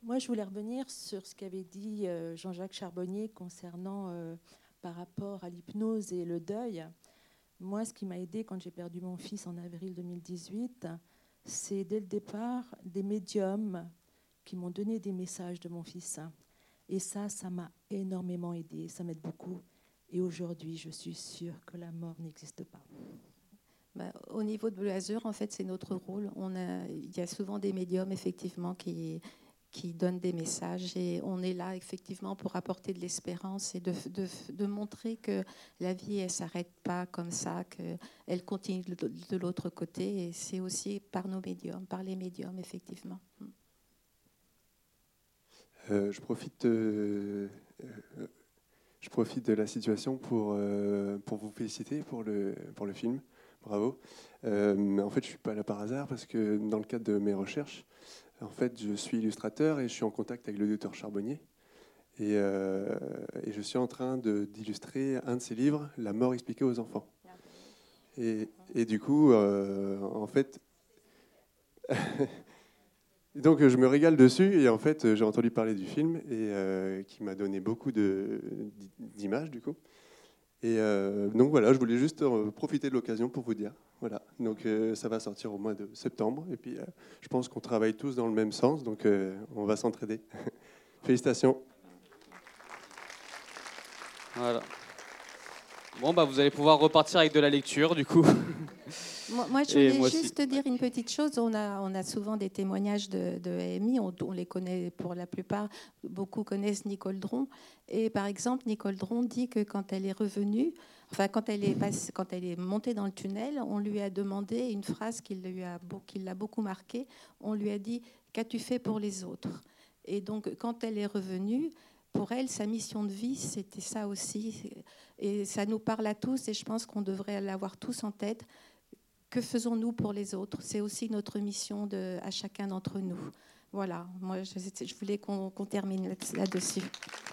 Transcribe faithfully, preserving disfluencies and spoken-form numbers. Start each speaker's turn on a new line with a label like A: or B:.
A: Moi, je voulais revenir sur ce qu'avait dit euh, Jean-Jacques Charbonnier concernant euh, par rapport à l'hypnose et le deuil. Moi, ce qui m'a aidé quand j'ai perdu mon fils en avril deux mille dix-huit, c'est dès le départ des médiums qui m'ont donné des messages de mon fils. Et ça, ça m'a énormément aidé, ça m'aide beaucoup. Et aujourd'hui, je suis sûre que la mort n'existe pas.
B: Bah, au niveau de Bleu Azur, en fait, c'est notre rôle. On a, il y a souvent des médiums, effectivement, qui, qui donnent des messages. Et on est là, effectivement, pour apporter de l'espérance et de, de, de montrer que la vie, elle ne s'arrête pas comme ça, qu'elle continue de, de l'autre côté. Et c'est aussi par nos médiums, par les médiums, effectivement.
C: Euh, je profite... Euh, euh, Je profite de la situation pour, euh, pour vous féliciter pour le, pour le film. Bravo. Euh, en fait, je ne suis pas là par hasard parce que dans le cadre de mes recherches, en fait, je suis illustrateur et je suis en contact avec le docteur Charbonnier. Et, euh, et je suis en train de, d'illustrer un de ses livres, La mort expliquée aux enfants. Et, et du coup, euh, en fait... Donc je me régale dessus et en fait j'ai entendu parler du film et euh, qui m'a donné beaucoup de, d'images du coup. Et euh, donc voilà, je voulais juste euh, profiter de l'occasion pour vous dire. Voilà, donc euh, ça va sortir au mois de septembre et puis euh, je pense qu'on travaille tous dans le même sens, donc euh, on va s'entraider. Félicitations.
D: Voilà. Bon, bah, vous allez pouvoir repartir avec de la lecture, du coup.
B: Moi, moi, je
D: Et
B: voulais
D: moi
B: juste
D: aussi.
B: dire une petite chose. On a, on a souvent des témoignages de, de A M I. On, on les connaît pour la plupart. Beaucoup connaissent Nicole Dron. Et par exemple, Nicole Dron dit que quand elle est revenue, enfin quand elle est, passée, quand elle est montée dans le tunnel, on lui a demandé une phrase qui, lui a, qui l'a beaucoup marquée. On lui a dit « Qu'as-tu fait pour les autres ?» Et donc, quand elle est revenue, pour elle, sa mission de vie, c'était ça aussi. Et ça nous parle à tous et je pense qu'on devrait l'avoir tous en tête. Que faisons-nous pour les autres? C'est aussi notre mission de, à chacun d'entre nous. Voilà, moi je, je voulais qu'on, qu'on termine là-dessus.